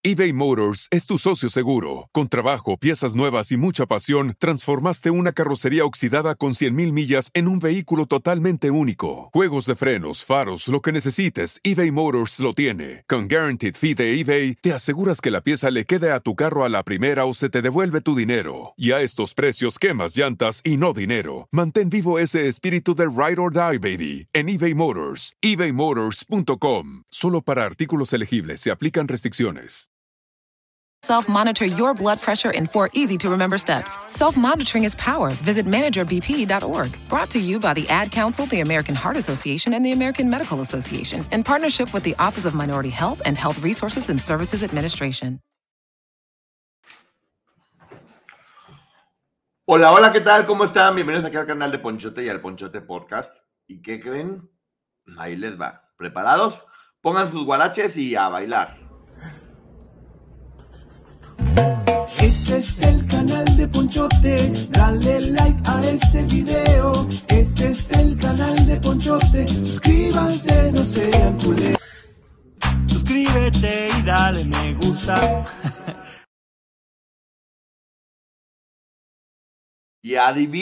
eBay Motors es tu socio seguro. Con trabajo, piezas nuevas y mucha pasión, transformaste una carrocería oxidada con 100,000 millas en un vehículo totalmente único. Juegos de frenos, faros, lo que necesites, eBay Motors lo tiene. Con Guaranteed Fee de eBay, te aseguras que la pieza le quede a tu carro a la primera o se te devuelve tu dinero. Y a estos precios, quemas llantas y no dinero. Mantén vivo ese espíritu de Ride or Die, baby, en eBay Motors. ebaymotors.com. Solo para artículos elegibles se aplican restricciones. Self-monitor your blood pressure in 4 easy-to-remember steps. Self-monitoring is power. Visit managerbp.org. Brought to you by the Ad Council, the American Heart Association, and the American Medical Association, in partnership with the Office of Minority Health and Health Resources and Services Administration. Hola, hola, ¿qué tal? ¿Cómo están? Bienvenidos aquí al canal de Ponchote y al Ponchote Podcast. ¿Y qué creen? Ahí les va. ¿Preparados? Pongan sus guaraches y a bailar. Este es el canal de Ponchote, dale like a este video. Este es el canal de Ponchote, suscríbanse, no sean culés. Suscríbete y dale me gusta. Y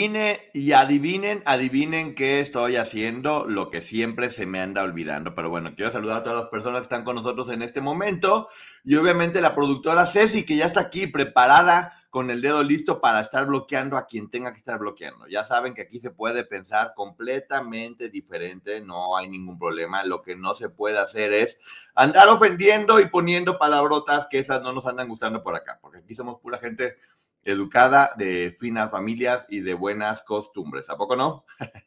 adivinen qué estoy haciendo, lo que siempre se me anda olvidando. Pero bueno, quiero saludar a todas las personas que están con nosotros en este momento. Y obviamente la productora Ceci, que ya está aquí preparada con el dedo listo para estar bloqueando a quien tenga que estar bloqueando. Ya saben que aquí se puede pensar completamente diferente, no hay ningún problema. Lo que no se puede hacer es andar ofendiendo y poniendo palabrotas que esas no nos andan gustando por acá. Porque aquí somos pura gente educada, de finas familias y de buenas costumbres. ¿A poco no?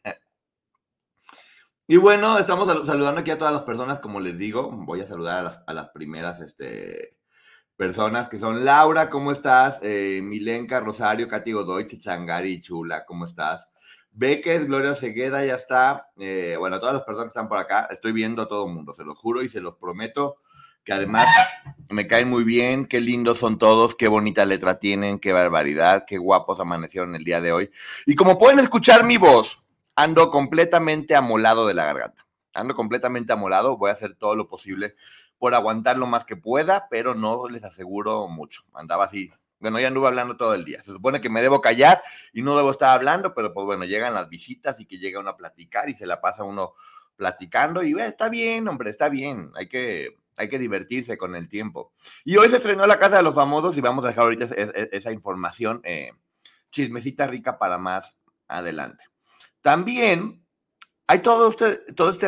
Y bueno, estamos saludando aquí a todas las personas, como les digo. Voy a saludar a las primeras personas, que son Laura, ¿cómo estás? Milenka, Rosario, Katy Godoy, Chichangari, Chula, ¿cómo estás? Beques, Gloria Ceguera, ya está. Bueno, todas las personas que están por acá, estoy viendo a todo el mundo, se los juro y se los prometo, que además me caen muy bien, qué lindos son todos, qué bonita letra tienen, qué barbaridad, qué guapos amanecieron el día de hoy. Y como pueden escuchar mi voz, ando completamente amolado de la garganta. Ando completamente amolado, voy a hacer todo lo posible por aguantar lo más que pueda, pero no les aseguro mucho. Andaba así, bueno, ya anduve hablando todo el día. Se supone que me debo callar y no debo estar hablando, pero pues bueno, llegan las visitas y que llega uno a platicar y se la pasa uno platicando y está bien, hombre, está bien, hay que divertirse con el tiempo. Y hoy se estrenó La Casa de los Famosos y vamos a dejar ahorita esa información, chismecita rica para más adelante. También hay todo este...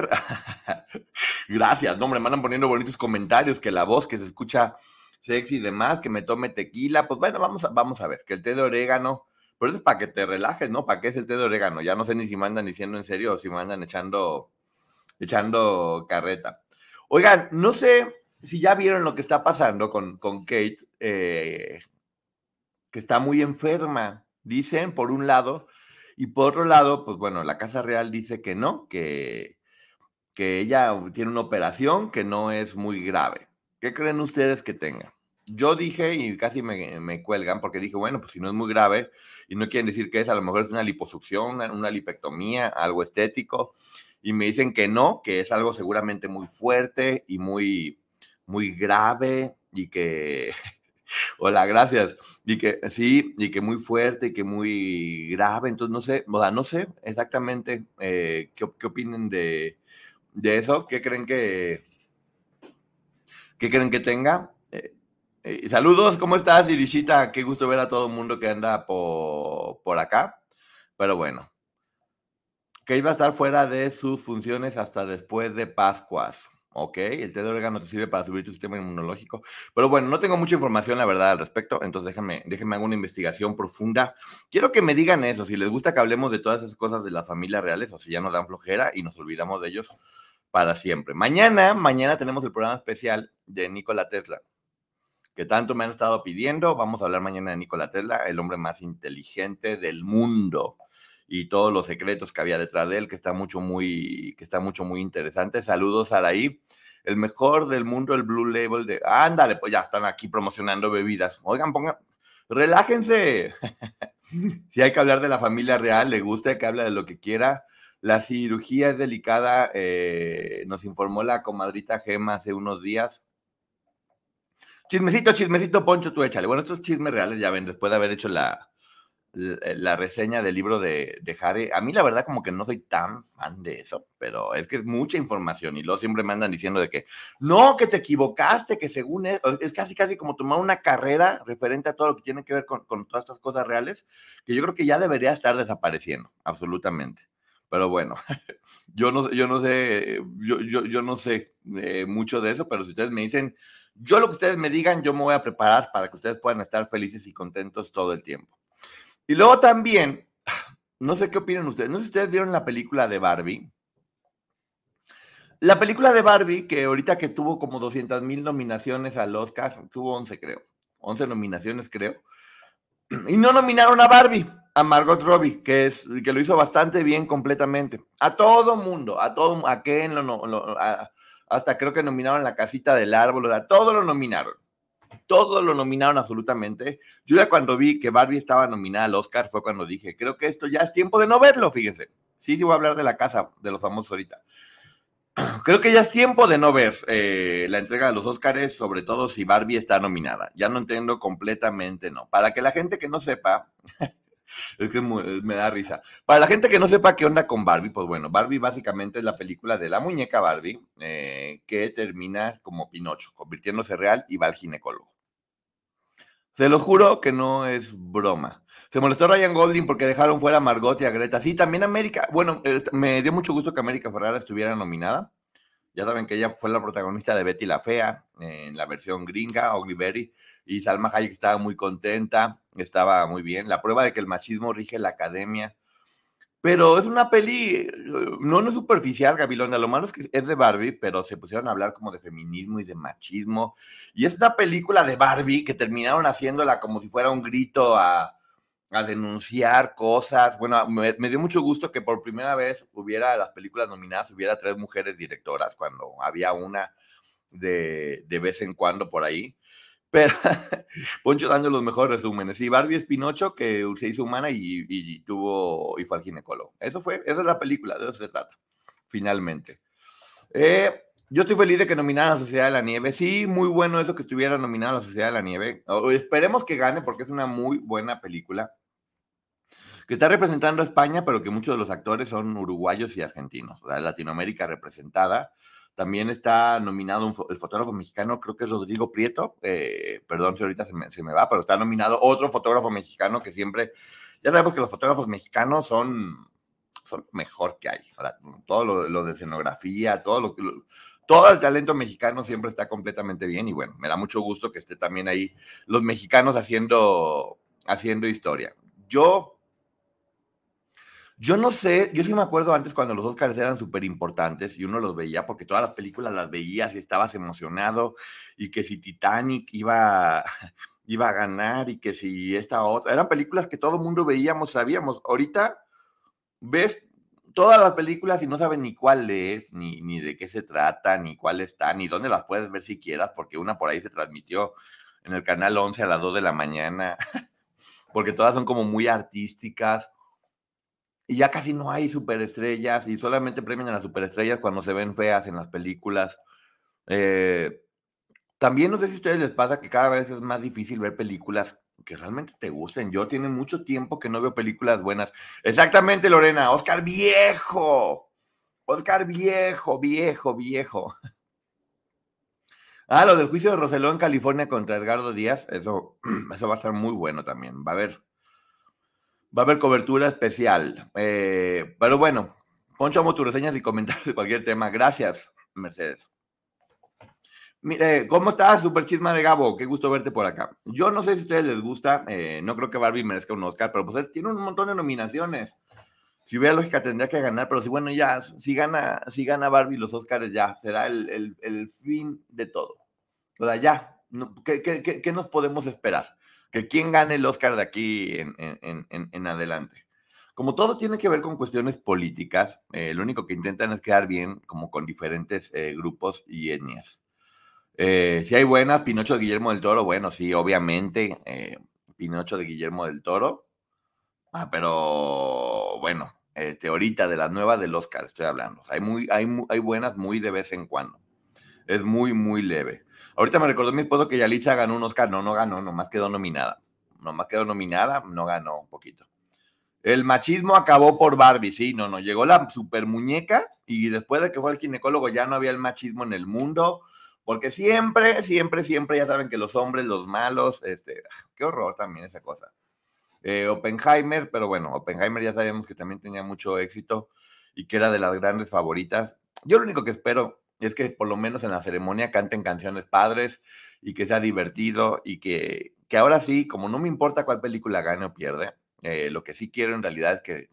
Gracias, no, hombre, me andan poniendo bonitos comentarios, que la voz que se escucha sexy y demás, que me tome tequila, pues bueno, vamos a ver, que el té de orégano, pero eso es para que te relajes, ¿no? ¿Para qué es el té de orégano? Ya no sé ni si me andan diciendo en serio o si me andan echando carreta. Oigan, no sé si ya vieron lo que está pasando con Kate, que está muy enferma, dicen, por un lado, y por otro lado, pues bueno, la Casa Real dice que no, que ella tiene una operación que no es muy grave. ¿Qué creen ustedes que tenga? Yo dije, y casi me cuelgan, porque dije, bueno, pues si no es muy grave, y no quieren decir que es, a lo mejor es una liposucción, una lipectomía, algo estético, y me dicen que no, que es algo seguramente muy fuerte y muy, muy grave, y que... Hola, gracias. Y que sí, y que muy fuerte, y que muy grave. Entonces, no sé, o sea, no sé exactamente qué opinen de eso. ¿Qué creen que tenga? Saludos, ¿cómo estás, Irishita? Qué gusto ver a todo el mundo que anda por acá. Pero bueno, que iba a estar fuera de sus funciones hasta después de Pascuas. Ok, el té de orégano te sirve para subir tu sistema inmunológico. Pero bueno, no tengo mucha información, la verdad, al respecto. Entonces déjenme hacer una investigación profunda. Quiero que me digan eso, si les gusta que hablemos de todas esas cosas de las familias reales o si ya nos dan flojera y nos olvidamos de ellos para siempre. Mañana tenemos el programa especial de Nikola Tesla, que tanto me han estado pidiendo. Vamos a hablar mañana de Nikola Tesla, el hombre más inteligente del mundo, y todos los secretos que había detrás de él, que está mucho muy interesante. Saludos, Araí, el mejor del mundo, el Blue Label de... Ándale, pues ya están aquí promocionando bebidas. Oigan, relájense. Si hay que hablar de la familia real, le gusta que hable de lo que quiera. La cirugía es delicada, nos informó la comadrita Gema hace unos días. Chismecito, Poncho, tú échale. Bueno, estos chismes reales, ya ven, después de haber hecho la reseña del libro de Harry, a mí la verdad como que no soy tan fan de eso, pero es que es mucha información y luego siempre me andan diciendo de que no, que te equivocaste, que según es casi como tomar una carrera referente a todo lo que tiene que ver con todas estas cosas reales, que yo creo que ya debería estar desapareciendo, absolutamente. Pero bueno, yo no sé mucho de eso, pero si ustedes me dicen, yo lo que ustedes me digan, yo me voy a preparar para que ustedes puedan estar felices y contentos todo el tiempo. Y luego también, no sé qué opinan ustedes, no sé si ustedes vieron la película de Barbie. La película de Barbie, que ahorita que tuvo como 200,000 nominaciones al Oscar, tuvo 11 creo, 11 nominaciones creo, y no nominaron a Barbie, a Margot Robbie, que lo hizo bastante bien completamente. A todo mundo, a Ken, hasta creo que nominaron La Casita del Árbol, a todo lo nominaron. Todos lo nominaron absolutamente. Yo ya cuando vi que Barbie estaba nominada al Oscar fue cuando dije, creo que esto ya es tiempo de no verlo, fíjense. Sí, voy a hablar de La Casa de los Famosos ahorita. Creo que ya es tiempo de no ver la entrega de los Oscars, sobre todo si Barbie está nominada. Ya no entiendo completamente, no. Para que la gente que no sepa, es que me da risa. Para la gente que no sepa qué onda con Barbie, pues bueno, Barbie básicamente es la película de la muñeca Barbie que termina como Pinocho, convirtiéndose real y va al ginecólogo. Se los juro que no es broma. Se molestó Ryan Gosling porque dejaron fuera a Margot y a Greta. Sí, también América. Bueno, me dio mucho gusto que América Ferrara estuviera nominada. Ya saben que ella fue la protagonista de Betty la Fea en la versión gringa, Ugly Betty. Y Salma Hayek estaba muy contenta, estaba muy bien. La prueba de que el machismo rige la academia. Pero es una peli, no es superficial, Gabilonda, lo malo es que es de Barbie, pero se pusieron a hablar como de feminismo y de machismo, y es una película de Barbie que terminaron haciéndola como si fuera un grito a denunciar cosas. Bueno, me dio mucho gusto que por primera vez hubiera las películas nominadas, hubiera 3 mujeres directoras, cuando había una de vez en cuando por ahí. Pero Poncho dando los mejores resúmenes. Y Barbie es Pinocho, que se hizo humana y fue al ginecólogo. Esa es la película, de eso se trata, finalmente. Yo estoy feliz de que nominaran a la Sociedad de la Nieve. Sí, muy bueno eso que estuviera nominada a la Sociedad de la Nieve. Esperemos que gane porque es una muy buena película que está representando a España, pero que muchos de los actores son uruguayos y argentinos. O sea, Latinoamérica representada. También está nominado el fotógrafo mexicano, creo que es Rodrigo Prieto, perdón si ahorita se me va, pero está nominado otro fotógrafo mexicano que siempre, ya sabemos que los fotógrafos mexicanos son mejor que hay. Ahora, todo lo de escenografía, todo el talento mexicano siempre está completamente bien y bueno, me da mucho gusto que esté también ahí los mexicanos haciendo historia. Yo no sé, yo sí me acuerdo antes cuando los Oscars eran súper importantes y uno los veía porque todas las películas las veías y estabas emocionado y que si Titanic iba a ganar y que si esta otra, eran películas que todo el mundo veíamos, sabíamos. Ahorita ves todas las películas y no sabes ni cuál es, ni de qué se trata, ni cuál está, ni dónde las puedes ver si quieras, porque una por ahí se transmitió en el canal 11 a las 2 de la mañana, porque todas son como muy artísticas. Y ya casi no hay superestrellas y solamente premian a las superestrellas cuando se ven feas en las películas. También no sé si a ustedes les pasa que cada vez es más difícil ver películas que realmente te gusten. Yo tiene mucho tiempo que no veo películas buenas. Exactamente, Lorena. Oscar viejo. Oscar viejo. Lo del juicio de Rosselló en California contra Edgardo Díaz, eso va a estar muy bueno también. Va a haber cobertura especial. Pero bueno, Poncho, amo tus reseñas y comentarios de cualquier tema. Gracias, Mercedes. Mire, ¿cómo estás? Super chisma de Gabo. Qué gusto verte por acá. Yo no sé si a ustedes les gusta. No creo que Barbie merezca un Oscar, pero pues tiene un montón de nominaciones. Si hubiera lógica, tendría que ganar, pero si gana Barbie los Oscars, ya será el fin de todo. O sea, ya. ¿Qué nos podemos esperar? Que quién gane el Oscar de aquí en adelante. Como todo tiene que ver con cuestiones políticas, lo único que intentan es quedar bien como con diferentes grupos y etnias. Si hay buenas, Pinocho de Guillermo del Toro, bueno, sí, obviamente, Pinocho de Guillermo del Toro, pero bueno, ahorita de las nuevas del Oscar estoy hablando, o sea, hay buenas muy de vez en cuando, es muy, muy leve. Ahorita me recordó mi esposo que Yalitza ganó un Oscar. No ganó, nomás quedó nominada. No ganó un poquito. El machismo acabó por Barbie, sí, no. Llegó la super muñeca y después de que fue el ginecólogo ya no había el machismo en el mundo, porque siempre, ya saben que los hombres, los malos, qué horror también esa cosa. Oppenheimer, pero bueno, Oppenheimer ya sabemos que también tenía mucho éxito y que era de las grandes favoritas. Yo lo único que espero es que por lo menos en la ceremonia canten canciones padres y que sea divertido y que ahora sí, como no me importa cuál película gane o pierde, lo que sí quiero en realidad es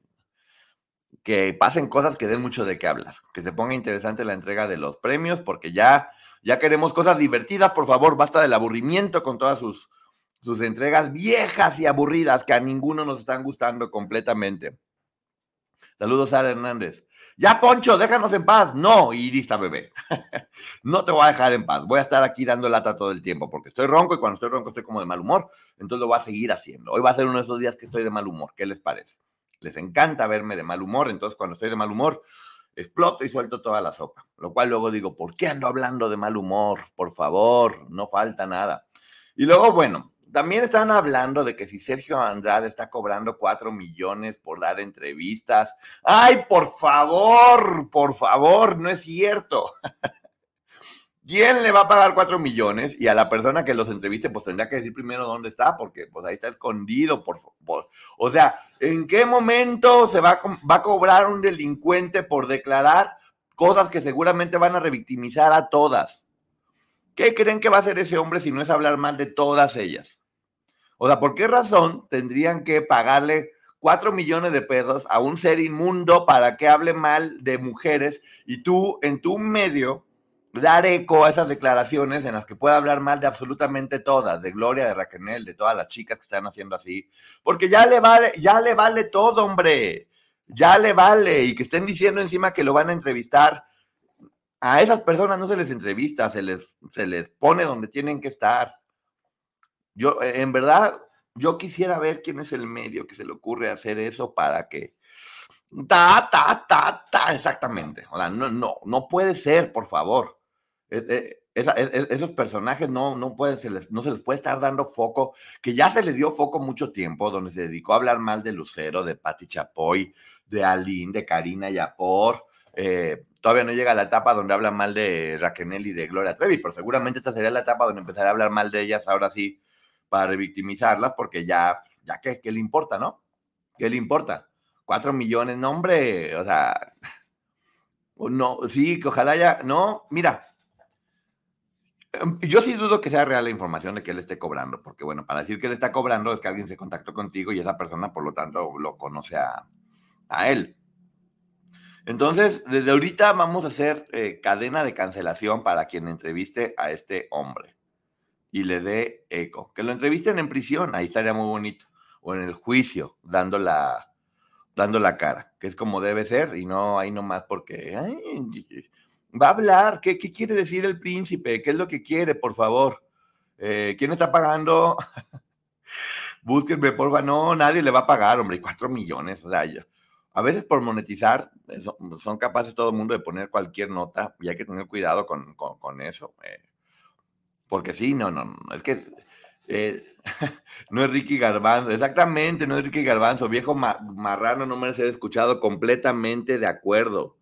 que pasen cosas que den mucho de qué hablar, que se ponga interesante la entrega de los premios, porque ya queremos cosas divertidas, por favor, basta del aburrimiento con todas sus entregas viejas y aburridas que a ninguno nos están gustando completamente. Saludos, Sara Hernández. Ya, Poncho, déjanos en paz. No, Irista bebé. No te voy a dejar en paz. Voy a estar aquí dando lata todo el tiempo porque estoy ronco y cuando estoy ronco estoy como de mal humor. Entonces lo voy a seguir haciendo. Hoy va a ser uno de esos días que estoy de mal humor. ¿Qué les parece? Les encanta verme de mal humor. Entonces cuando estoy de mal humor exploto y suelto toda la sopa. Lo cual luego digo, ¿por qué ando hablando de mal humor? Por favor, no falta nada. Y luego, bueno, también están hablando de que si Sergio Andrade está cobrando 4 millones por dar entrevistas. ¡Ay, por favor! No es cierto. ¿Quién le va a pagar 4 millones? Y a la persona que los entreviste, pues tendrá que decir primero dónde está, porque pues ahí está escondido. O sea, ¿en qué momento se va a cobrar un delincuente por declarar cosas que seguramente van a revictimizar a todas? ¿Qué creen que va a hacer ese hombre si no es hablar mal de todas ellas? O sea, ¿por qué razón tendrían que pagarle 4 millones de pesos a un ser inmundo para que hable mal de mujeres y tú, en tu medio, dar eco a esas declaraciones en las que pueda hablar mal de absolutamente todas, de Gloria, de Raquel, de todas las chicas que están haciendo así? Porque ya le vale todo, hombre. Ya le vale. Y que estén diciendo encima que lo van a entrevistar. A esas personas no se les entrevista, se les pone donde tienen que estar. Yo, en verdad, yo quisiera ver quién es el medio que se le ocurre hacer eso para que... Exactamente. O sea, no puede ser, por favor. Esos personajes no se les puede estar dando foco, que ya se les dio foco mucho tiempo, donde se dedicó a hablar mal de Lucero, de Pati Chapoy, de Aline, de Karina Yapor. Todavía no llega la etapa donde habla mal de Raquel y de Gloria Trevi, pero seguramente esta sería la etapa donde empezaré a hablar mal de ellas ahora sí, para revictimizarlas, porque ya ¿qué le importa, no? ¿Qué le importa? 4 millones, no, hombre, o sea, no, sí, que ojalá ya, no, mira, yo sí dudo que sea real la información de que él esté cobrando, porque bueno, para decir que él está cobrando es que alguien se contactó contigo y esa persona, por lo tanto, lo conoce a él. Entonces, desde ahorita vamos a hacer cadena de cancelación para quien entreviste a este hombre y le dé eco. Que lo entrevisten en prisión, ahí estaría muy bonito. O en el juicio, dando la cara, que es como debe ser, y no ahí nomás porque va a hablar. ¿Qué quiere decir el príncipe? ¿Qué es lo que quiere, por favor? ¿Quién está pagando? Búsquenme, porfa. No, nadie le va a pagar, hombre, 4 millones. O sea, a veces por monetizar son capaces todo el mundo de poner cualquier nota y hay que tener cuidado con eso. Porque sí, no, es que no es Ricky Garbanzo, exactamente, no es Ricky Garbanzo, viejo marrano, no merece ser escuchado, completamente de acuerdo.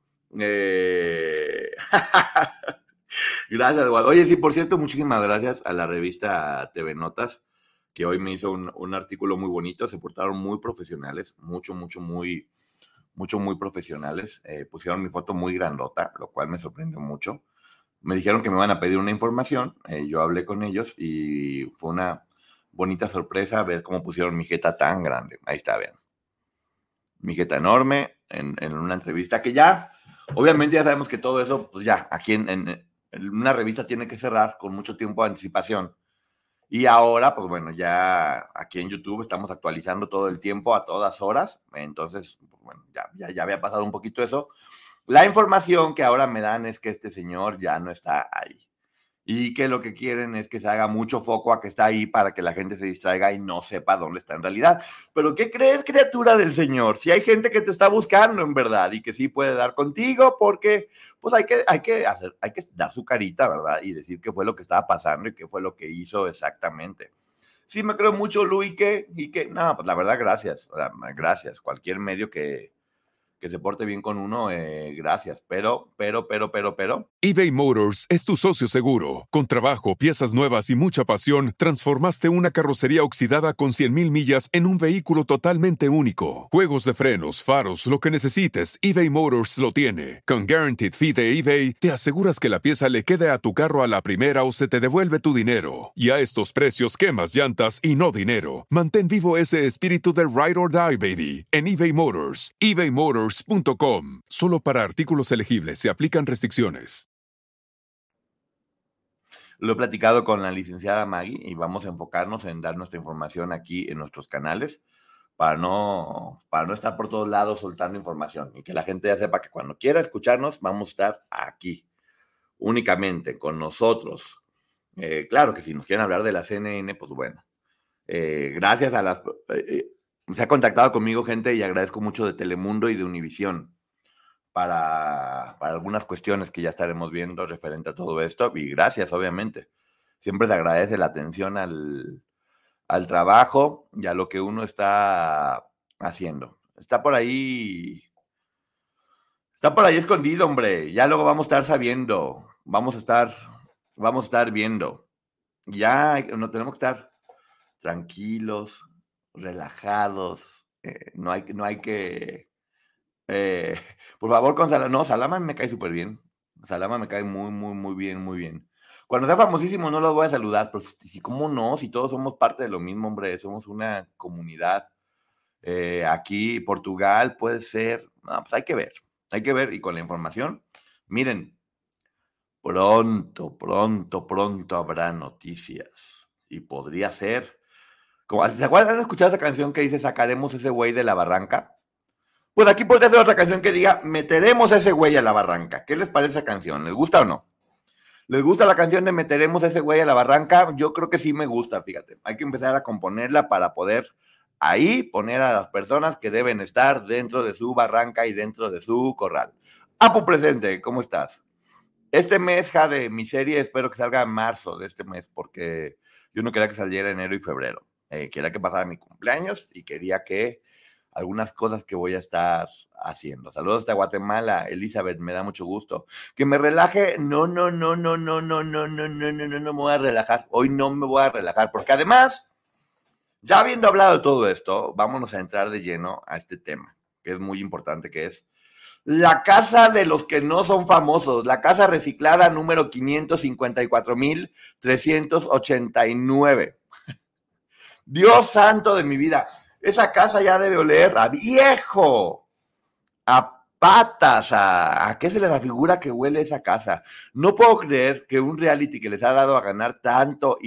Gracias, Eduardo. Oye, sí, por cierto, muchísimas gracias a la revista TV Notas, que hoy me hizo un artículo muy bonito, se portaron muy profesionales, muy profesionales, pusieron mi foto muy grandota, lo cual me sorprendió mucho. Me dijeron que me van a pedir una información, yo hablé con ellos y fue una bonita sorpresa ver cómo pusieron mi jeta tan grande. Ahí está, vean. Mi jeta enorme en una entrevista que ya, obviamente ya sabemos que todo eso, pues ya, aquí en una revista tiene que cerrar con mucho tiempo de anticipación. Y ahora, pues bueno, ya aquí en YouTube estamos actualizando todo el tiempo, a todas horas. Entonces, pues bueno, ya había pasado un poquito eso. La información que ahora me dan es que este señor ya no está ahí. y que lo que quieren es que se haga mucho foco a que está ahí para que la gente se distraiga y no sepa dónde está en realidad. Pero ¿qué crees, criatura del Señor? Si hay gente que te está buscando en verdad y que sí puede dar contigo, porque pues hay que dar su carita, ¿verdad? Y decir qué fue lo que estaba pasando y qué fue lo que hizo exactamente. Sí me creo mucho, Lu, y que, no, pues la verdad, gracias, cualquier medio que se porte bien con uno, gracias, pero. eBay Motors es tu socio seguro. Con trabajo, piezas nuevas y mucha pasión, transformaste una carrocería oxidada con 100,000 millas en un vehículo totalmente único. Juegos de frenos, faros, lo que necesites, eBay Motors lo tiene. Con Guaranteed Fee de eBay, te aseguras que la pieza le quede a tu carro a la primera o se te devuelve tu dinero. Y a estos precios, quemas llantas y no dinero. Mantén vivo ese espíritu de Ride or Die, baby, en eBay Motors. ebaymotors.com. Solo para artículos elegibles se aplican restricciones. Lo he platicado con la licenciada Maggie y vamos a enfocarnos en dar nuestra información aquí en nuestros canales para no estar por todos lados soltando información y que la gente ya sepa que cuando quiera escucharnos vamos a estar aquí, únicamente con nosotros. Claro que si nos quieren hablar de la CNN, pues bueno. Gracias a las... se ha contactado conmigo gente y agradezco mucho de Telemundo y de Univisión para algunas cuestiones que ya estaremos viendo referente a todo esto. Y gracias, obviamente. Siempre se agradece la atención al trabajo y a lo que uno está haciendo. Está por ahí escondido, hombre. Ya luego vamos a estar sabiendo. Vamos a estar viendo. Ya no tenemos que estar tranquilos, relajados. No hay que... por favor, con Salama. No, Salama me cae súper bien. Salama me cae muy, muy, muy bien, muy bien. Cuando sea famosísimo no los voy a saludar, pero si, ¿cómo no? Si todos somos parte de lo mismo, hombre, somos una comunidad. Aquí, Portugal, puede ser. No, pues hay que ver. Y con la información, miren, pronto habrá noticias. Y podría ser. ¿Se acuerdan? ¿Han escuchado esa canción que dice sacaremos ese güey de la barranca? Pues aquí podría ser otra canción que diga meteremos a ese güey a la barranca. ¿Qué les parece esa canción? ¿Les gusta o no? ¿Les gusta la canción de meteremos a ese güey a la barranca? Yo creo que sí me gusta, fíjate. Hay que empezar a componerla para poder ahí poner a las personas que deben estar dentro de su barranca y dentro de su corral. Apu presente, ¿cómo estás? Este mes, Jade, mi serie espero que salga en marzo de este mes porque yo no quería que saliera enero y febrero. Quería que pasara mi cumpleaños y quería que algunas cosas que voy a estar haciendo. Saludos hasta Guatemala, Elizabeth, me da mucho gusto. Que me relaje, no me voy a relajar. Hoy no me voy a relajar, porque además, ya habiendo hablado de todo esto, vámonos a entrar de lleno a este tema, que es muy importante, que es la casa de los que no son famosos, la casa reciclada número 554,389. Dios santo de mi vida. Esa casa ya debe oler a viejo, a patas, ¿a qué se les afigura que huele esa casa? No puedo creer que un reality que les ha dado a ganar tanto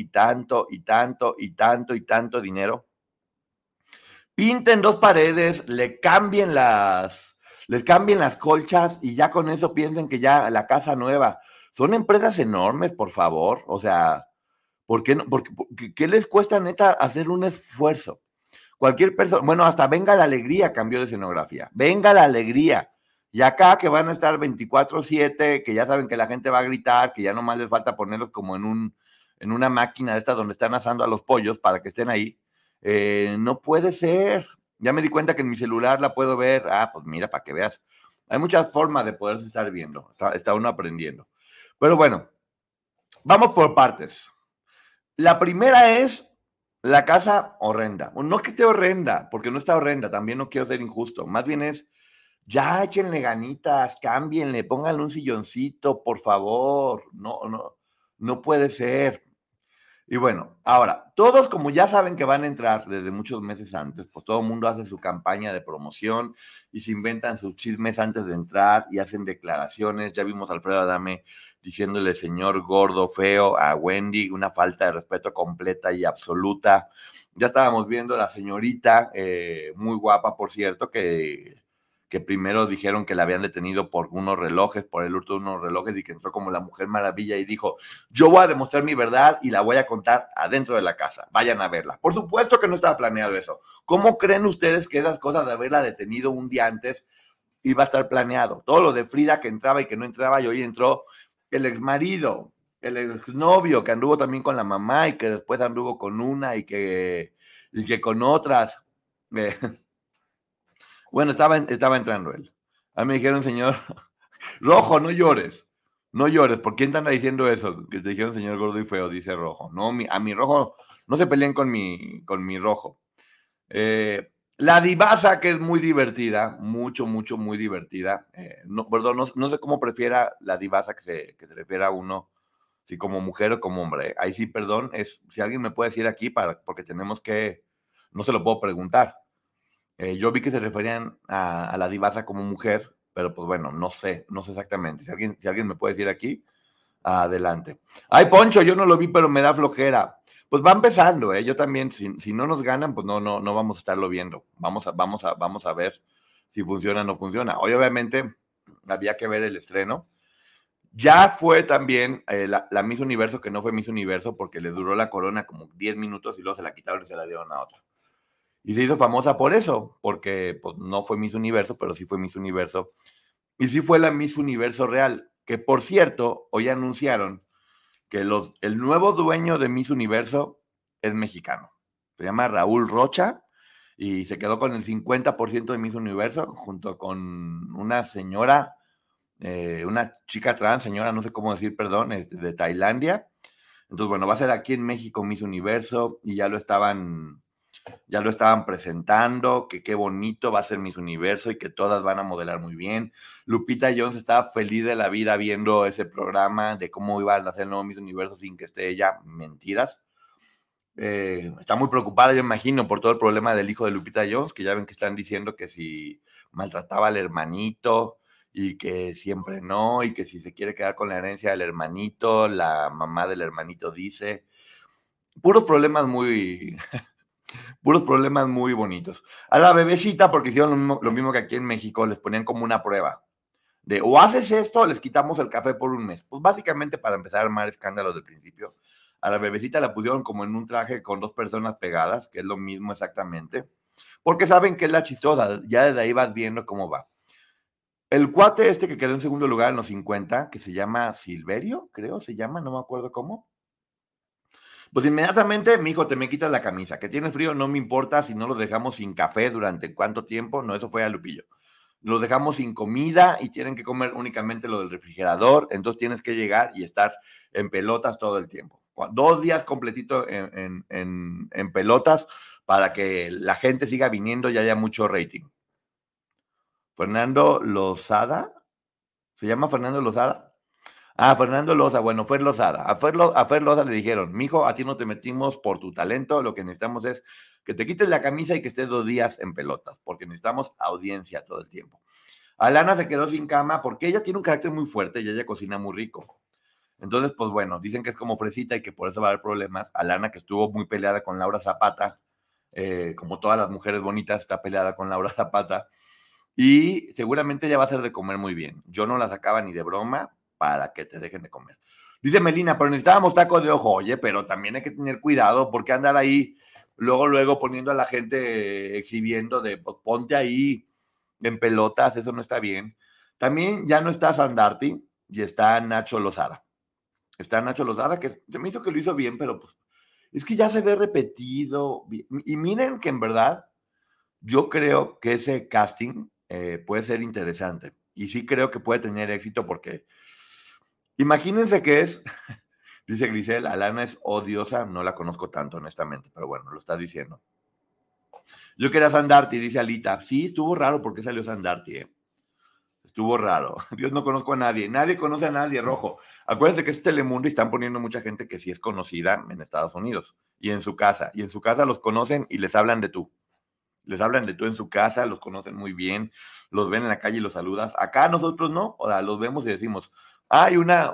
dinero, pinten 2 paredes, les cambien las colchas y ya con eso piensen que ya la casa nueva. Son empresas enormes, por favor, o sea, ¿por qué no? ¿Qué les cuesta neta hacer un esfuerzo? Cualquier persona, bueno, hasta Venga la Alegría cambió de escenografía. Venga la Alegría. Y acá que van a estar 24/7, que ya saben que la gente va a gritar, que ya nomás les falta ponerlos como en una máquina de estas donde están asando a los pollos para que estén ahí. No puede ser. Ya me di cuenta que en mi celular la puedo ver. Pues mira, para que veas. Hay muchas formas de poderse estar viendo. Está uno aprendiendo. Pero bueno, vamos por partes. La primera es la casa horrenda. No es que esté horrenda, porque no está horrenda, también no quiero ser injusto. Más bien es, ya échenle ganitas, cámbienle, pónganle un silloncito, por favor. No puede ser. Y bueno, ahora, todos como ya saben que van a entrar desde muchos meses antes, pues todo el mundo hace su campaña de promoción y se inventan sus chismes antes de entrar y hacen declaraciones. Ya vimos a Alfredo Adame diciéndole señor gordo, feo a Wendy, una falta de respeto completa y absoluta. Ya estábamos viendo a la señorita, muy guapa, por cierto, que que primero dijeron que la habían detenido por unos relojes, por el hurto de unos relojes, y que entró como la Mujer Maravilla y dijo, yo voy a demostrar mi verdad y la voy a contar adentro de la casa, vayan a verla. Por supuesto que no estaba planeado eso. ¿Cómo creen ustedes que esas cosas de haberla detenido un día antes iba a estar planeado? Todo lo de Frida que entraba y que no entraba, y hoy entró el exmarido, el exnovio que anduvo también con la mamá y que después anduvo con una y que con otras. Bueno, estaba entrando él. A mí me dijeron, señor, Rojo, no llores. No llores. ¿Por quién te anda diciendo eso? Que te dijeron señor gordo y feo, dice Rojo. No, a mi Rojo, no se peleen con mi Rojo. La divasa, que es muy divertida, muy divertida. Perdón, no sé cómo prefiera la divasa que se refiere a uno, si como mujer o como hombre. Ahí sí, perdón, si alguien me puede decir aquí, porque tenemos que, no se lo puedo preguntar. Yo vi que se referían a la divasa como mujer, pero pues bueno, no sé exactamente. Si alguien me puede decir aquí, adelante. Ay, Poncho, yo no lo vi, pero me da flojera. Pues va empezando, yo también, si no nos ganan, pues no vamos a estarlo viendo. Vamos a ver si funciona o no funciona. Hoy obviamente había que ver el estreno. Ya fue también la Miss Universo, que no fue Miss Universo porque le duró la corona como 10 minutos y luego se la quitaron y se la dieron a otra. Y se hizo famosa por eso, porque pues, no fue Miss Universo, pero sí fue Miss Universo. Y sí fue la Miss Universo real, que por cierto, hoy anunciaron que el nuevo dueño de Miss Universo es mexicano. Se llama Raúl Rocha y se quedó con el 50% de Miss Universo, junto con una señora, una chica trans, señora, no sé cómo decir, perdón, de Tailandia. Entonces, bueno, va a ser aquí en México Miss Universo y ya lo estaban presentando, que qué bonito va a ser Miss Universo y que todas van a modelar muy bien. Lupita Jones estaba feliz de la vida viendo ese programa de cómo iban a hacer el nuevo Miss Universo sin que esté ella. Mentiras. Está muy preocupada, yo imagino, por todo el problema del hijo de Lupita Jones, que ya ven que están diciendo que si maltrataba al hermanito y que siempre no, y que si se quiere quedar con la herencia del hermanito, la mamá del hermanito dice. Puros problemas muy bonitos. A la bebecita, porque hicieron lo mismo que aquí en México, les ponían como una prueba de o haces esto o les quitamos el café por un mes. Pues básicamente para empezar a armar escándalos del principio. A la bebecita la pusieron como en un traje con 2 personas pegadas, que es lo mismo exactamente, porque saben que es la chistosa, ya desde ahí vas viendo cómo va. El cuate que quedó en segundo lugar en los 50, que se llama Silverio, creo se llama, no me acuerdo cómo. Pues inmediatamente, mijo, te me quitas la camisa. Que tienes frío, no me importa si no los dejamos sin café durante cuánto tiempo. No, eso fue a Lupillo. Los dejamos sin comida y tienen que comer únicamente lo del refrigerador. Entonces tienes que llegar y estar en pelotas todo el tiempo. 2 días completito en pelotas para que la gente siga viniendo y haya mucho rating. Fernando Lozada. ¿Se llama Fernando Lozada? Fernando Loza, bueno, Fer Lozada. A Fer Loza le dijeron, mijo, a ti no te metimos por tu talento, lo que necesitamos es que te quites la camisa y que estés 2 días en pelotas, porque necesitamos audiencia todo el tiempo. Alana se quedó sin cama porque ella tiene un carácter muy fuerte y ella cocina muy rico. Entonces, pues bueno, dicen que es como fresita y que por eso va a haber problemas. Alana, que estuvo muy peleada con Laura Zapata, como todas las mujeres bonitas, está peleada con Laura Zapata, y seguramente ella va a hacer de comer muy bien. Yo no la sacaba ni de broma para que te dejen de comer. Dice Melina, pero necesitábamos tacos de ojo. Oye, pero también hay que tener cuidado, porque andar ahí luego poniendo a la gente exhibiendo de, pues, ponte ahí en pelotas, eso no está bien. También ya no está Sandarti y está Nacho Lozada. Está Nacho Lozada, que se me hizo que lo hizo bien, pero pues es que ya se ve repetido. Y miren que en verdad yo creo que ese casting puede ser interesante. Y sí creo que puede tener éxito porque imagínense que es, dice Grisel, Alana es odiosa, no la conozco tanto honestamente, pero bueno, lo está diciendo. Yo quería Sandarti, dice Alita. Sí, estuvo raro porque salió Sandarti, Estuvo raro. Dios, no conozco a nadie. Nadie conoce a nadie, Rojo. Acuérdense que es Telemundo y están poniendo mucha gente que sí es conocida en Estados Unidos y en su casa. Y en su casa los conocen y les hablan de tú. Les hablan de tú en su casa, los conocen muy bien, los ven en la calle y los saludas. Acá nosotros no, o sea, los vemos y decimos, hay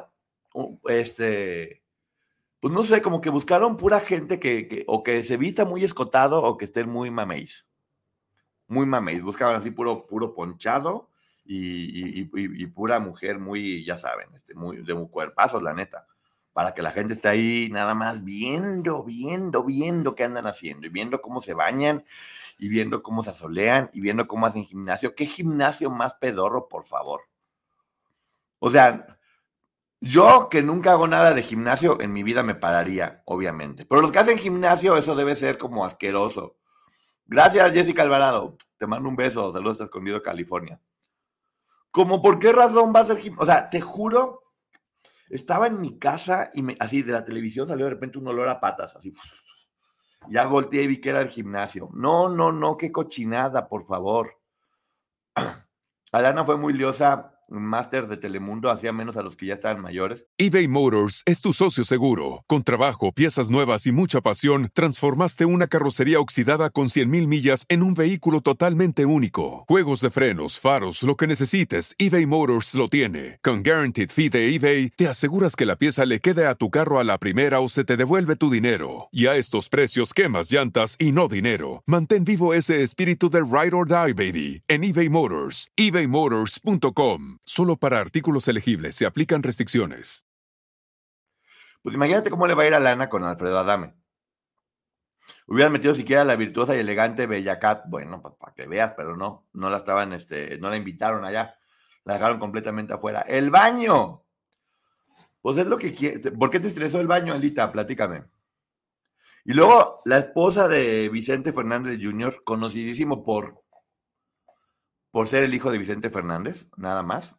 pues no sé, como que buscaron pura gente que o que se vista muy escotado o que estén muy mameis. muy mamey, buscaban así puro ponchado y pura mujer muy, ya saben, muy de un cuerpazo, la neta, para que la gente esté ahí nada más viendo qué andan haciendo y viendo cómo se bañan y viendo cómo se asolean y viendo cómo hacen gimnasio. ¿Qué gimnasio más pedorro, por favor? O sea, yo que nunca hago nada de gimnasio, en mi vida me pararía, obviamente. Pero los que hacen gimnasio, eso debe ser como asqueroso. Gracias, Jessica Alvarado. Te mando un beso. Saludos hasta Escondido, California. ¿Cómo por qué razón va a ser gimnasio? O sea, te juro, estaba en mi casa y así de la televisión salió de repente un olor a patas, así. Ya volteé y vi que era el gimnasio. No, qué cochinada, por favor. Alana fue muy liosa, máster de Telemundo, hacía menos a los que ya estaban mayores. eBay Motors es tu socio seguro. Con trabajo, piezas nuevas y mucha pasión, transformaste una carrocería oxidada con 100,000 millas en un vehículo totalmente único. Juegos de frenos, faros, lo que necesites, eBay Motors lo tiene. Con Guaranteed Fee de eBay, te aseguras que la pieza le quede a tu carro a la primera o se te devuelve tu dinero. Y a estos precios, quemas llantas y no dinero. Mantén vivo ese espíritu de Ride or Die, baby, en eBay Motors. ebaymotors.com. Solo para artículos elegibles se aplican restricciones. Pues imagínate cómo le va a ir a Lana con Alfredo Adame. Hubieran metido siquiera a la virtuosa y elegante Bella Cat. Bueno, para que veas, pero no la estaban, no la invitaron allá. La dejaron completamente afuera. ¡El baño! Pues es lo que quiere. ¿Por qué te estresó el baño, Elita? Platícame. Y luego, la esposa de Vicente Fernández Jr., conocidísimo por ser el hijo de Vicente Fernández, nada más.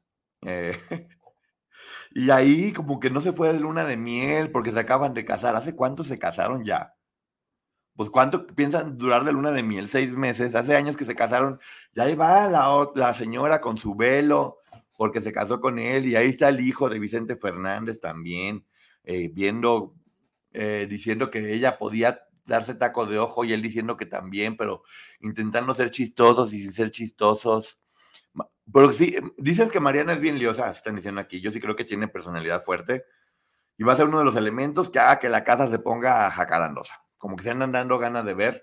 Y ahí como que no se fue de luna de miel porque se acaban de casar. ¿Hace cuánto se casaron ya? Pues ¿cuánto piensan durar de luna de miel? 6 meses. Hace años que se casaron. Y ahí va la señora con su velo porque se casó con él. Y ahí está el hijo de Vicente Fernández también, diciendo que ella podía darse taco de ojo y él diciendo que también, pero intentando ser chistosos y sin ser chistosos. Pero sí, dices que Mariana es bien liosa, están diciendo aquí. Yo sí creo que tiene personalidad fuerte y va a ser uno de los elementos que haga que la casa se ponga jacarandosa. Como que se andan dando ganas de ver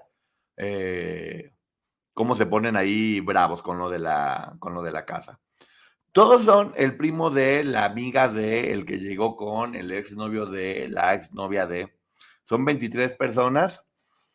cómo se ponen ahí bravos con lo de la casa. Todos son el primo de la amiga de el que llegó con el exnovio de la exnovia de. Son 23 personas.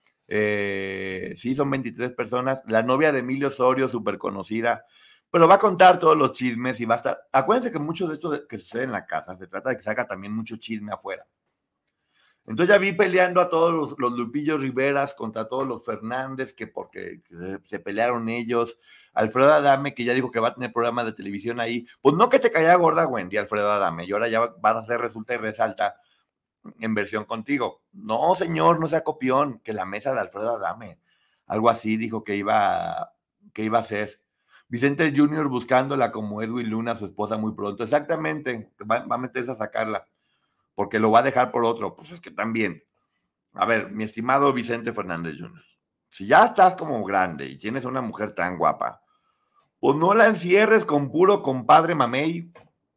Sí, son 23 personas. La novia de Emilio Osorio, súper conocida. Pero va a contar todos los chismes y va a estar. Acuérdense que mucho de esto que sucede en la casa se trata de que saca también mucho chisme afuera. Entonces ya vi peleando a todos los Lupillos Riveras contra todos los Fernández, que porque se pelearon ellos. Alfredo Adame, que ya dijo que va a tener programa de televisión ahí. Pues no que te caiga gorda, Wendy, Alfredo Adame. Y ahora ya vas a hacer resulta y resalta en versión contigo. No, señor, no sea copión, que la mesa de Alfredo Adame. Algo así dijo que iba a hacer. Vicente Jr. buscándola como Edwin Luna, su esposa, muy pronto. Exactamente, va a meterse a sacarla, porque lo va a dejar por otro. Pues es que también, a ver, mi estimado Vicente Fernández Jr., si ya estás como grande y tienes una mujer tan guapa, pues no la encierres con puro compadre mamey.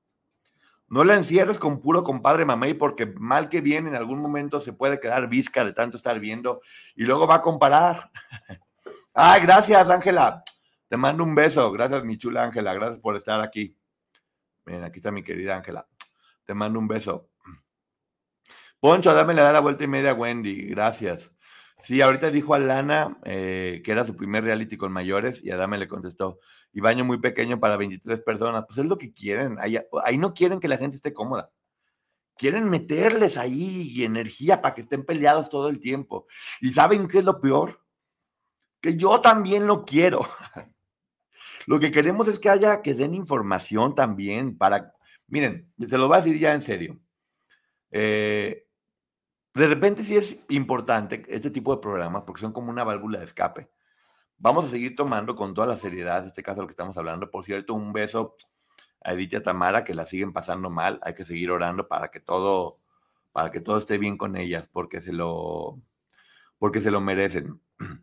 No la encierres con puro compadre mamey, porque mal que bien en algún momento se puede quedar visca de tanto estar viendo y luego va a comparar. Ay, gracias, Ángela. Te mando un beso. Gracias, mi chula Ángela. Gracias por estar aquí. Miren, aquí está mi querida Ángela. Te mando un beso. Poncho, dame la vuelta y media a Wendy. Gracias. Sí, ahorita dijo a Lana que era su primer reality con mayores y Adame le contestó, y baño muy pequeño para 23 personas. Pues es lo que quieren. Ahí no quieren que la gente esté cómoda. Quieren meterles ahí energía para que estén peleados todo el tiempo. ¿Y saben qué es lo peor? Que yo también lo quiero. Lo que queremos es que den información también para... Miren, se lo voy a decir ya en serio. De repente sí es importante este tipo de programas porque son como una válvula de escape. Vamos a seguir tomando con toda la seriedad, en este caso, lo que estamos hablando. Por cierto, un beso a Edith y a Tamara, que la siguen pasando mal. Hay que seguir orando para que todo esté bien con ellas, porque se lo merecen.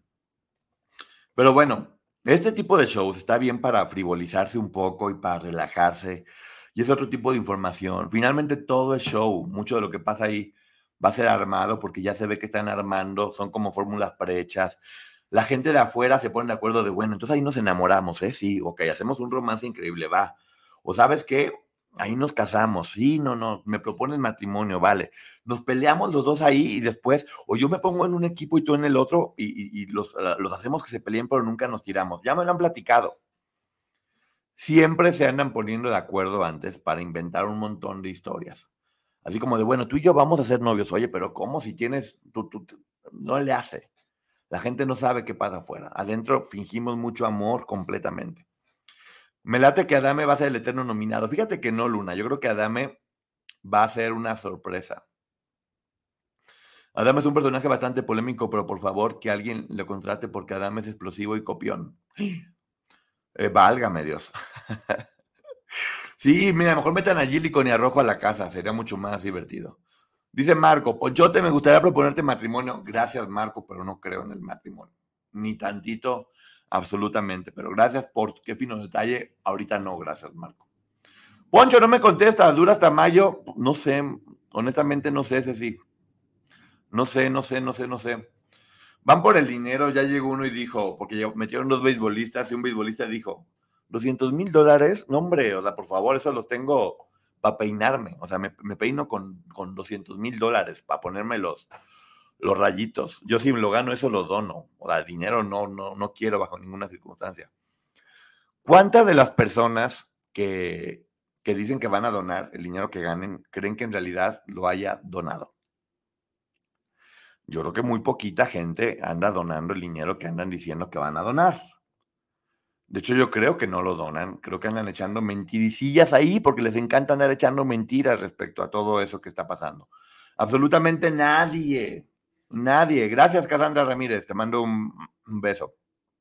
Pero bueno, este tipo de shows está bien para frivolizarse un poco y para relajarse. Y es otro tipo de información. Finalmente todo es show. Mucho de lo que pasa ahí va a ser armado porque ya se ve que están armando. Son como fórmulas prehechas. la gente de afuera se pone de acuerdo de, bueno, entonces ahí nos enamoramos, ¿eh? Sí, ok, hacemos un romance increíble, va. O ¿sabes qué? Ahí nos casamos, sí, no, me proponen matrimonio, vale. Nos peleamos los dos ahí y después, o yo me pongo en un equipo y tú en el otro y los hacemos que se peleen, pero nunca nos tiramos. Ya me lo han platicado. Siempre se andan poniendo de acuerdo antes para inventar un montón de historias. Así como de, bueno, tú y yo vamos a ser novios. Oye, pero ¿cómo si tienes, no le hace? La gente no sabe qué pasa afuera. Adentro fingimos mucho amor completamente. Me late que Adame va a ser el eterno nominado. Fíjate que no, Luna. Yo creo que Adame va a ser una sorpresa. Adame es un personaje bastante polémico, pero por favor que alguien lo contrate porque Adame es explosivo y copión. Válgame Dios. Sí, mira, mejor metan a Gilly con y a Rojo a la casa. Sería mucho más divertido. Dice Marco, Ponchote, me gustaría proponerte matrimonio. Gracias, Marco, pero no creo en el matrimonio. Ni tantito, absolutamente. Pero gracias por qué fino detalle. Ahorita no, gracias, Marco. Poncho, no me contesta. Dura hasta mayo. No sé, honestamente no sé ese sí. No sé. Van por el dinero, ya llegó uno y dijo, porque metieron 2 beisbolistas y un beisbolista dijo, $200,000, no hombre, o sea, por favor, eso los tengo para peinarme, o sea, me peino con $200,000 para ponerme los rayitos. Yo si lo gano, eso lo dono, o sea, dinero no quiero bajo ninguna circunstancia. ¿Cuántas de las personas que dicen que van a donar el dinero que ganen, creen que en realidad lo haya donado? Yo creo que muy poquita gente anda donando el dinero que andan diciendo que van a donar. De hecho, yo creo que no lo donan. Creo que andan echando mentiricillas ahí porque les encanta andar echando mentiras respecto a todo eso que está pasando. Absolutamente nadie. Gracias, Cassandra Ramírez. Te mando un beso.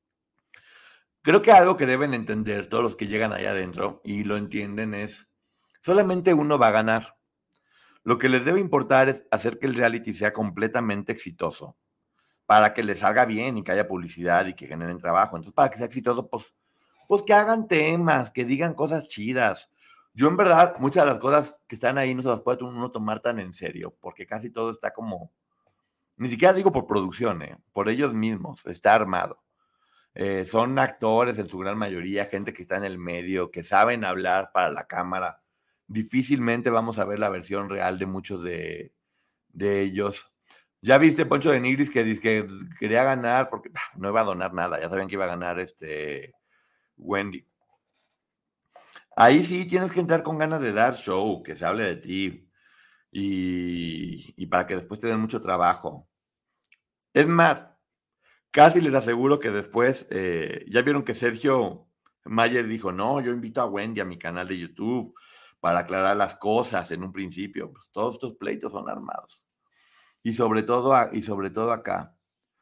Creo que algo que deben entender todos los que llegan allá adentro y lo entienden es, solamente uno va a ganar. Lo que les debe importar es hacer que el reality sea completamente exitoso, para que les salga bien y que haya publicidad y que generen trabajo. Entonces, para que sea exitoso, pues que hagan temas, que digan cosas chidas. Yo, en verdad, muchas de las cosas que están ahí no se las puede uno tomar tan en serio, porque casi todo está como, ni siquiera digo por producción, por ellos mismos, está armado. Son actores en su gran mayoría, gente que está en el medio, que saben hablar para la cámara. Difícilmente vamos a ver la versión real de muchos de ellos. Ya viste Poncho de Nigris que quería ganar porque no iba a donar nada, ya sabían que iba a ganar Wendy. Ahí sí tienes que entrar con ganas de dar show, que se hable de ti y para que después te den mucho trabajo. Es más, casi les aseguro que después, ya vieron que Sergio Mayer dijo, no, yo invito a Wendy a mi canal de YouTube para aclarar las cosas en un principio. Pues todos estos pleitos son armados. Y sobre todo acá.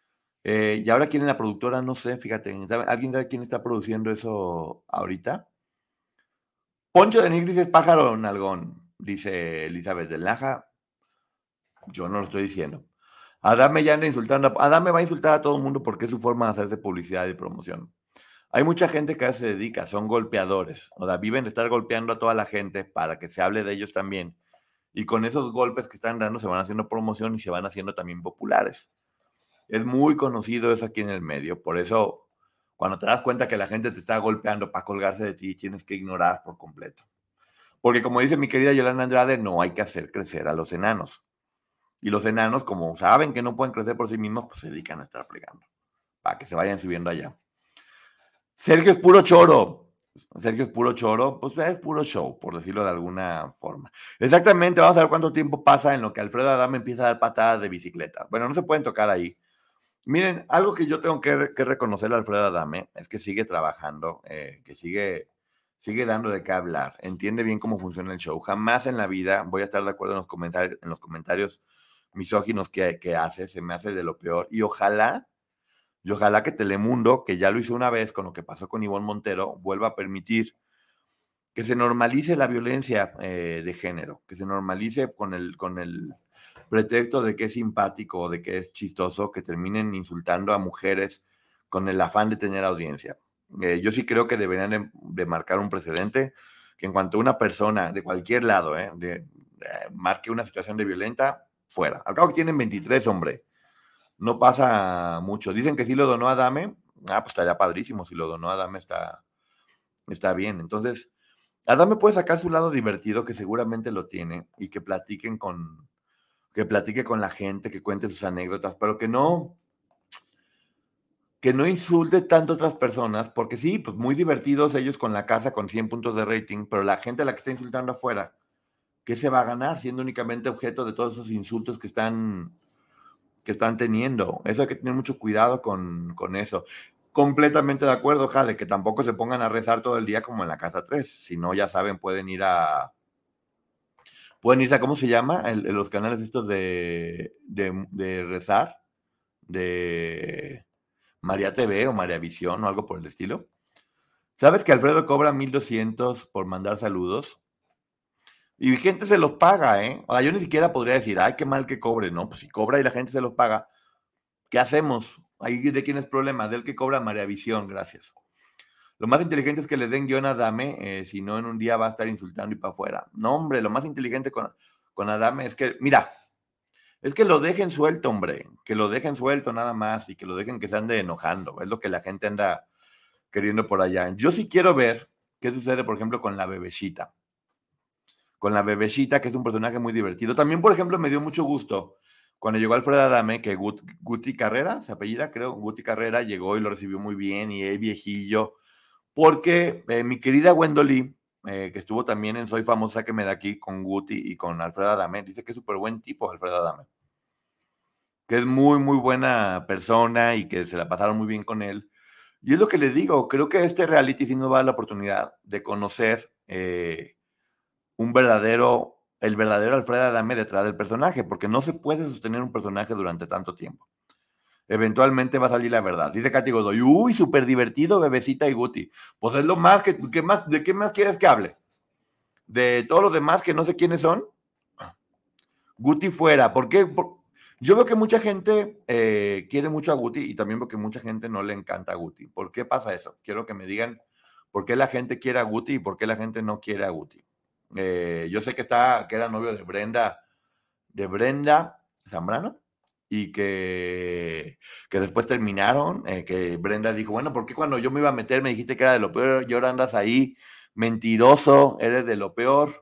Y ahora quién es la productora, no sé, fíjate. ¿Alguien sabe quién está produciendo eso ahorita? Poncho de Nigris es pájaro nalgón, dice Elizabeth del Naja. Yo no lo estoy diciendo. Adame ya anda insultando. Adame va a insultar a todo el mundo porque es su forma de hacerse publicidad y promoción. Hay mucha gente que se dedica, son golpeadores. O sea, viven de estar golpeando a toda la gente para que se hable de ellos también. Y con esos golpes que están dando se van haciendo promoción y se van haciendo también populares. Es muy conocido eso aquí en el medio. Por eso, cuando te das cuenta que la gente te está golpeando para colgarse de ti, tienes que ignorar por completo. Porque como dice mi querida Yolanda Andrade, no hay que hacer crecer a los enanos. Y los enanos, como saben que no pueden crecer por sí mismos, pues se dedican a estar fregando. Para que se vayan subiendo allá. Sergio es puro choro. Pues es puro show, por decirlo de alguna forma. Exactamente, vamos a ver cuánto tiempo pasa en lo que Alfredo Adame empieza a dar patadas de bicicleta. Bueno, no se pueden tocar ahí. Miren, algo que yo tengo que reconocerle a Alfredo Adame es que sigue trabajando, que sigue dando de qué hablar, entiende bien cómo funciona el show. Jamás en la vida voy a estar de acuerdo en los comentarios misóginos que hace, se me hace de lo peor. Y ojalá que Telemundo, que ya lo hizo una vez con lo que pasó con Ivonne Montero, vuelva a permitir que se normalice la violencia de género, que se normalice con el pretexto de que es simpático o de que es chistoso, que terminen insultando a mujeres con el afán de tener audiencia. Yo sí creo que deberían de marcar un precedente, que en cuanto una persona de cualquier lado marque una situación de violenta, fuera. Al cabo que tienen 23, hombre. No pasa mucho. Dicen que sí lo donó a Adame. Pues estaría padrísimo. Si lo donó a Adame está bien. Entonces, Adame puede sacar su lado divertido, que seguramente lo tiene, y que platique con la gente, que cuente sus anécdotas, pero que no insulte tanto a otras personas, porque sí, pues muy divertidos ellos con la casa con 100 puntos de rating, pero la gente a la que está insultando afuera, ¿qué se va a ganar siendo únicamente objeto de todos esos insultos que están teniendo? Eso hay que tener mucho cuidado con eso. Completamente de acuerdo, Jade, que tampoco se pongan a rezar todo el día como en la casa 3. Si no, ya saben, pueden irse a, ¿cómo se llama? Los canales estos de rezar, de María TV o María Visión o algo por el estilo. ¿Sabes que Alfredo cobra 1,200 por mandar saludos? Y gente se los paga, ¿eh? O sea, yo ni siquiera podría decir, ay, qué mal que cobre, ¿no? Pues si cobra y la gente se los paga, ¿qué hacemos? Ahí de quién es problema, del que cobra María Visión, gracias. Lo más inteligente es que le den guión a Adame, si no en un día va a estar insultando y para afuera. No, hombre, lo más inteligente con Adame es que, mira, es que lo dejen suelto, hombre, que lo dejen suelto nada más y que lo dejen que se ande enojando. Es lo que la gente anda queriendo por allá. Yo sí quiero ver qué sucede, por ejemplo, con la Bebeshita. Con la Bebeshita, que es un personaje muy divertido. También, por ejemplo, me dio mucho gusto cuando llegó Alfredo Adame, que Guti Carrera, se apellida, creo, Guti Carrera, llegó y lo recibió muy bien, y es viejillo, porque mi querida Wendolí, que estuvo también en Soy Famosa, que me da aquí con Guti y con Alfredo Adame, dice que es súper buen tipo Alfredo Adame, que es muy, muy buena persona y que se la pasaron muy bien con él. Y es lo que les digo, creo que este reality sí nos va a dar la oportunidad de conocer el verdadero Alfredo Adame detrás del personaje, porque no se puede sostener un personaje durante tanto tiempo. Eventualmente va a salir la verdad. Dice Katy Godoy, uy, súper divertido, Bebecita y Guti. Pues es lo más ¿de qué más quieres que hable? ¿De todos los demás que no sé quiénes son? Guti fuera. ¿Por qué? Yo veo que mucha gente quiere mucho a Guti y también veo que mucha gente no le encanta a Guti. ¿Por qué pasa eso? Quiero que me digan por qué la gente quiere a Guti y por qué la gente no quiere a Guti. Yo sé que era novio de Brenda Zambrano, y que después terminaron, que Brenda dijo, bueno, ¿por qué cuando yo me iba a meter me dijiste que era de lo peor y ahora andas ahí? Mentiroso, eres de lo peor.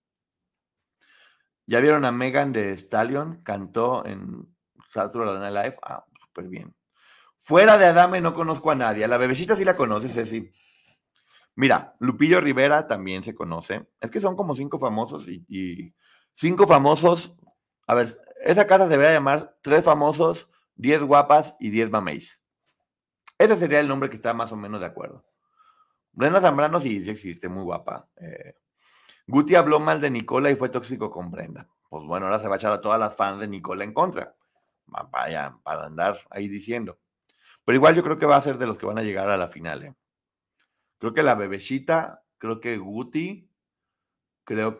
¿Ya vieron a Megan Thee Stallion? Cantó en Saturday Night Live. Súper bien. Fuera de Adame no conozco a nadie. A la Bebecita sí la conoces, Ceci. Mira, Lupillo Rivera también se conoce. Es que son como 5 famosos y 5 famosos. A ver, esa casa se debería llamar 3 famosos, 10 guapas y 10 mameis. Ese sería el nombre que está más o menos de acuerdo. Brenda Zambrano sí existe, muy guapa. Guti habló mal de Nicola y fue tóxico con Brenda. Pues bueno, ahora se va a echar a todas las fans de Nicola en contra. Vaya, para andar ahí diciendo. Pero igual yo creo que va a ser de los que van a llegar a la final. Creo que la Bebecita, creo que Guti, creo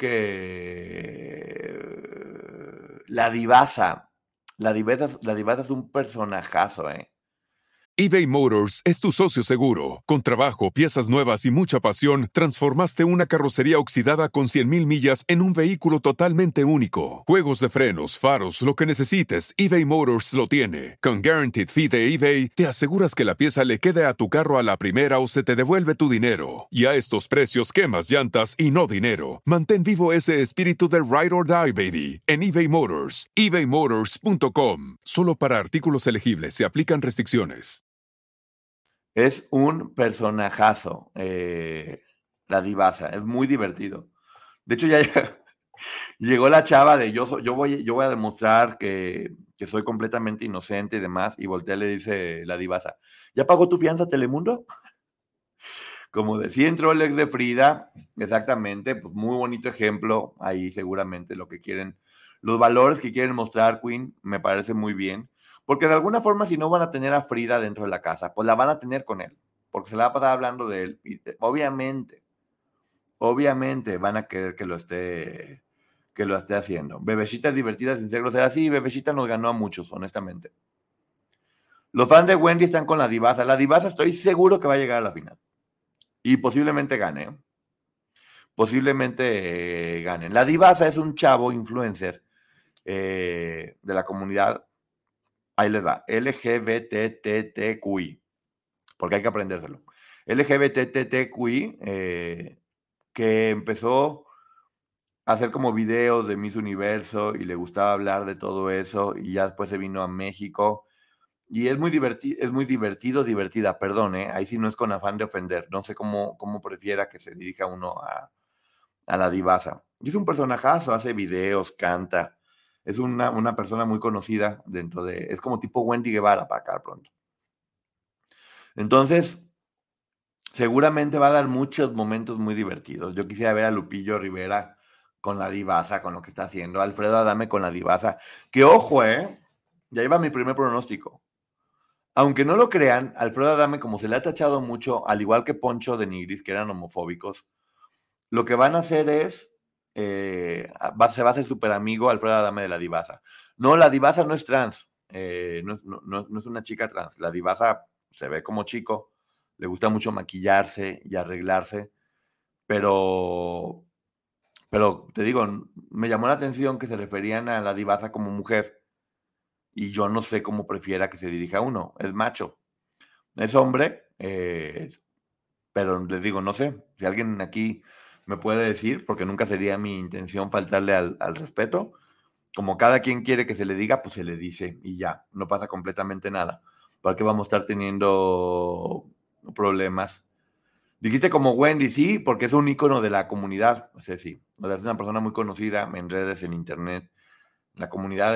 que la Divasa. La Divasa es un personajazo, eBay Motors es tu socio seguro. Con trabajo, piezas nuevas y mucha pasión, transformaste una carrocería oxidada con 100,000 millas en un vehículo totalmente único. Juegos de frenos, faros, lo que necesites, eBay Motors lo tiene. Con Guaranteed Fee de eBay, te aseguras que la pieza le quede a tu carro a la primera o se te devuelve tu dinero. Y a estos precios, quemas llantas y no dinero. Mantén vivo ese espíritu de Ride or Die, baby, en eBay Motors. ebaymotors.com. Solo para artículos elegibles se aplican restricciones. Es un personajazo, la Divasa, es muy divertido. De hecho, ya llegó la chava de yo voy a demostrar que soy completamente inocente y demás, y voltea y le dice la Divasa, ¿ya pagó tu fianza Telemundo? Como decía, entró el ex de Frida, exactamente, pues muy bonito ejemplo, ahí seguramente lo que quieren, los valores que quieren mostrar, Queen, me parece muy bien. Porque de alguna forma, si no van a tener a Frida dentro de la casa, pues la van a tener con él, porque se la va a pasar hablando de él. Y obviamente van a querer que lo esté haciendo. Bebecita es divertida sin ser grosera. Sí, Bebecita nos ganó a muchos, honestamente. Los fans de Wendy están con la Divasa. La Divasa estoy seguro que va a llegar a la final. Y posiblemente gane. Ganen. La Divasa es un chavo influencer de la comunidad Ahí les va. LGBTTQI. Porque hay que aprendérselo. LGBTTQI, que empezó a hacer como videos de Miss Universo y le gustaba hablar de todo eso y ya después se vino a México y es muy divertida, perdón, ahí sí no es con afán de ofender, no sé cómo prefiera que se dirija uno a la divasa. Es un personajazo, hace videos, canta, es una persona muy conocida es como tipo Wendy Guevara para acá pronto. Entonces, seguramente va a dar muchos momentos muy divertidos. Yo quisiera ver a Lupillo Rivera con la divasa, con lo que está haciendo, Alfredo Adame con la divasa, que ojo, ya iba mi primer pronóstico. Aunque no lo crean, Alfredo Adame, como se le ha tachado mucho, al igual que Poncho de Nigris, que eran homofóbicos, lo que van a hacer es, se va a hacer súper amigo Alfredo Adame de la divasa. No, la divasa no es trans, no es una chica trans, la divasa se ve como chico, le gusta mucho maquillarse y arreglarse, pero te digo, me llamó la atención que se referían a la divasa como mujer y yo no sé cómo prefiera que se dirija a uno, es macho, es hombre, pero les digo, no sé, si alguien aquí me puede decir, porque nunca sería mi intención faltarle al respeto, como cada quien quiere que se le diga, pues se le dice y ya, no pasa completamente nada. ¿Para qué vamos a estar teniendo problemas? Dijiste como Wendy, sí, porque es un ícono de la comunidad, o sea, sí, o sea, es una persona muy conocida en redes, en internet, la comunidad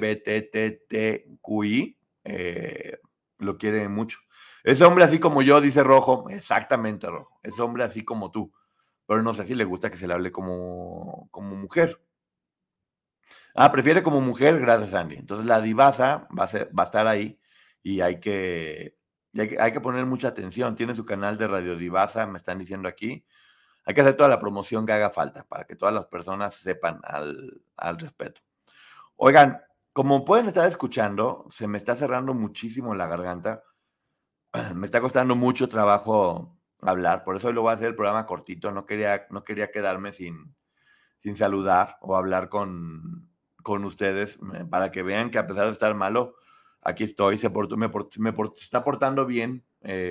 LGBTTQI lo quiere mucho. Es hombre así como yo, dice Rojo, exactamente Rojo, es hombre así como tú, pero no sé si le gusta que se le hable como mujer. Prefiere como mujer, gracias Andy. Entonces la divasa va a estar ahí y hay que poner mucha atención. Tiene su canal de Radio Divasa, me están diciendo aquí. Hay que hacer toda la promoción que haga falta para que todas las personas sepan al respeto. Oigan, como pueden estar escuchando, se me está cerrando muchísimo la garganta. Me está costando mucho trabajo hablar, por eso hoy lo voy a hacer el programa cortito. No quería quedarme sin saludar o hablar con ustedes para que vean que a pesar de estar malo, aquí estoy, me está portando bien.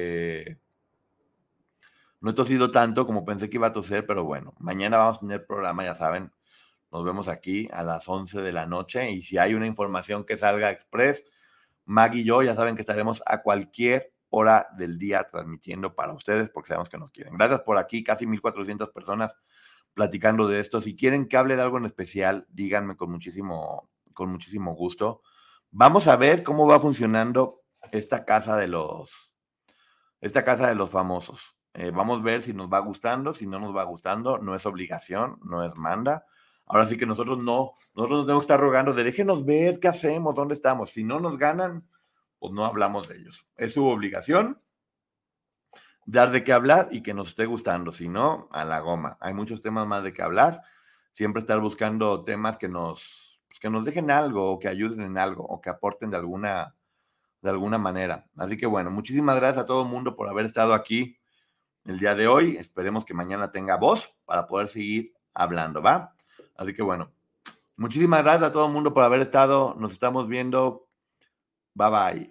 No he tosido tanto como pensé que iba a toser, pero bueno, mañana vamos a tener programa, ya saben. Nos vemos aquí a las 11 de la noche y si hay una información que salga express, Maggie y yo ya saben que estaremos a cualquier hora del día transmitiendo para ustedes porque sabemos que nos quieren. Gracias por aquí, casi 1,400 personas platicando de esto. Si quieren que hable de algo en especial, díganme con muchísimo gusto. Vamos a ver cómo va funcionando esta casa de los famosos. Vamos a ver si nos va gustando, si no nos va gustando. No es obligación, no es manda. Ahora sí que nosotros no tenemos que estar rogando de déjenos ver qué hacemos, dónde estamos. Si no nos ganan, pues no hablamos de ellos. Es su obligación dar de qué hablar y que nos esté gustando, si no, a la goma. Hay muchos temas más de qué hablar, siempre estar buscando temas que nos dejen algo, o que ayuden en algo, o que aporten de alguna manera. Así que bueno, muchísimas gracias a todo el mundo por haber estado aquí el día de hoy. Esperemos que mañana tenga voz para poder seguir hablando, ¿va? Así que bueno, muchísimas gracias a todo el mundo por haber estado, nos estamos viendo, bye bye.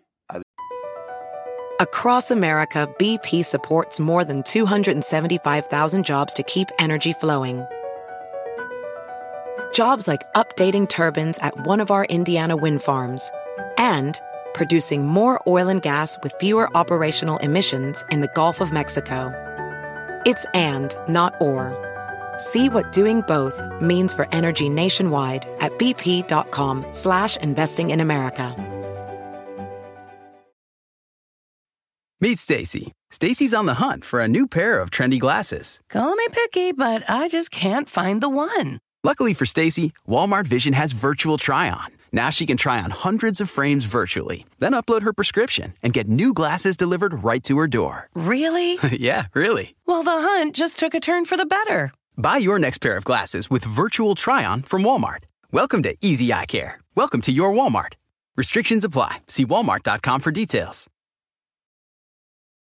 Across America, BP supports more than 275,000 jobs to keep energy flowing. Jobs like updating turbines at one of our Indiana wind farms and producing more oil and gas with fewer operational emissions in the Gulf of Mexico. It's and, not or. See what doing both means for energy nationwide at bp.com/investing in America. Meet Stacy. Stacy's on the hunt for a new pair of trendy glasses. Call me picky, but I just can't find the one. Luckily for Stacy, Walmart Vision has virtual try-on. Now she can try on hundreds of frames virtually, then upload her prescription and get new glasses delivered right to her door. Really? Yeah, really. Well, the hunt just took a turn for the better. Buy your next pair of glasses with virtual try-on from Walmart. Welcome to Easy Eye Care. Welcome to your Walmart. Restrictions apply. See walmart.com for details.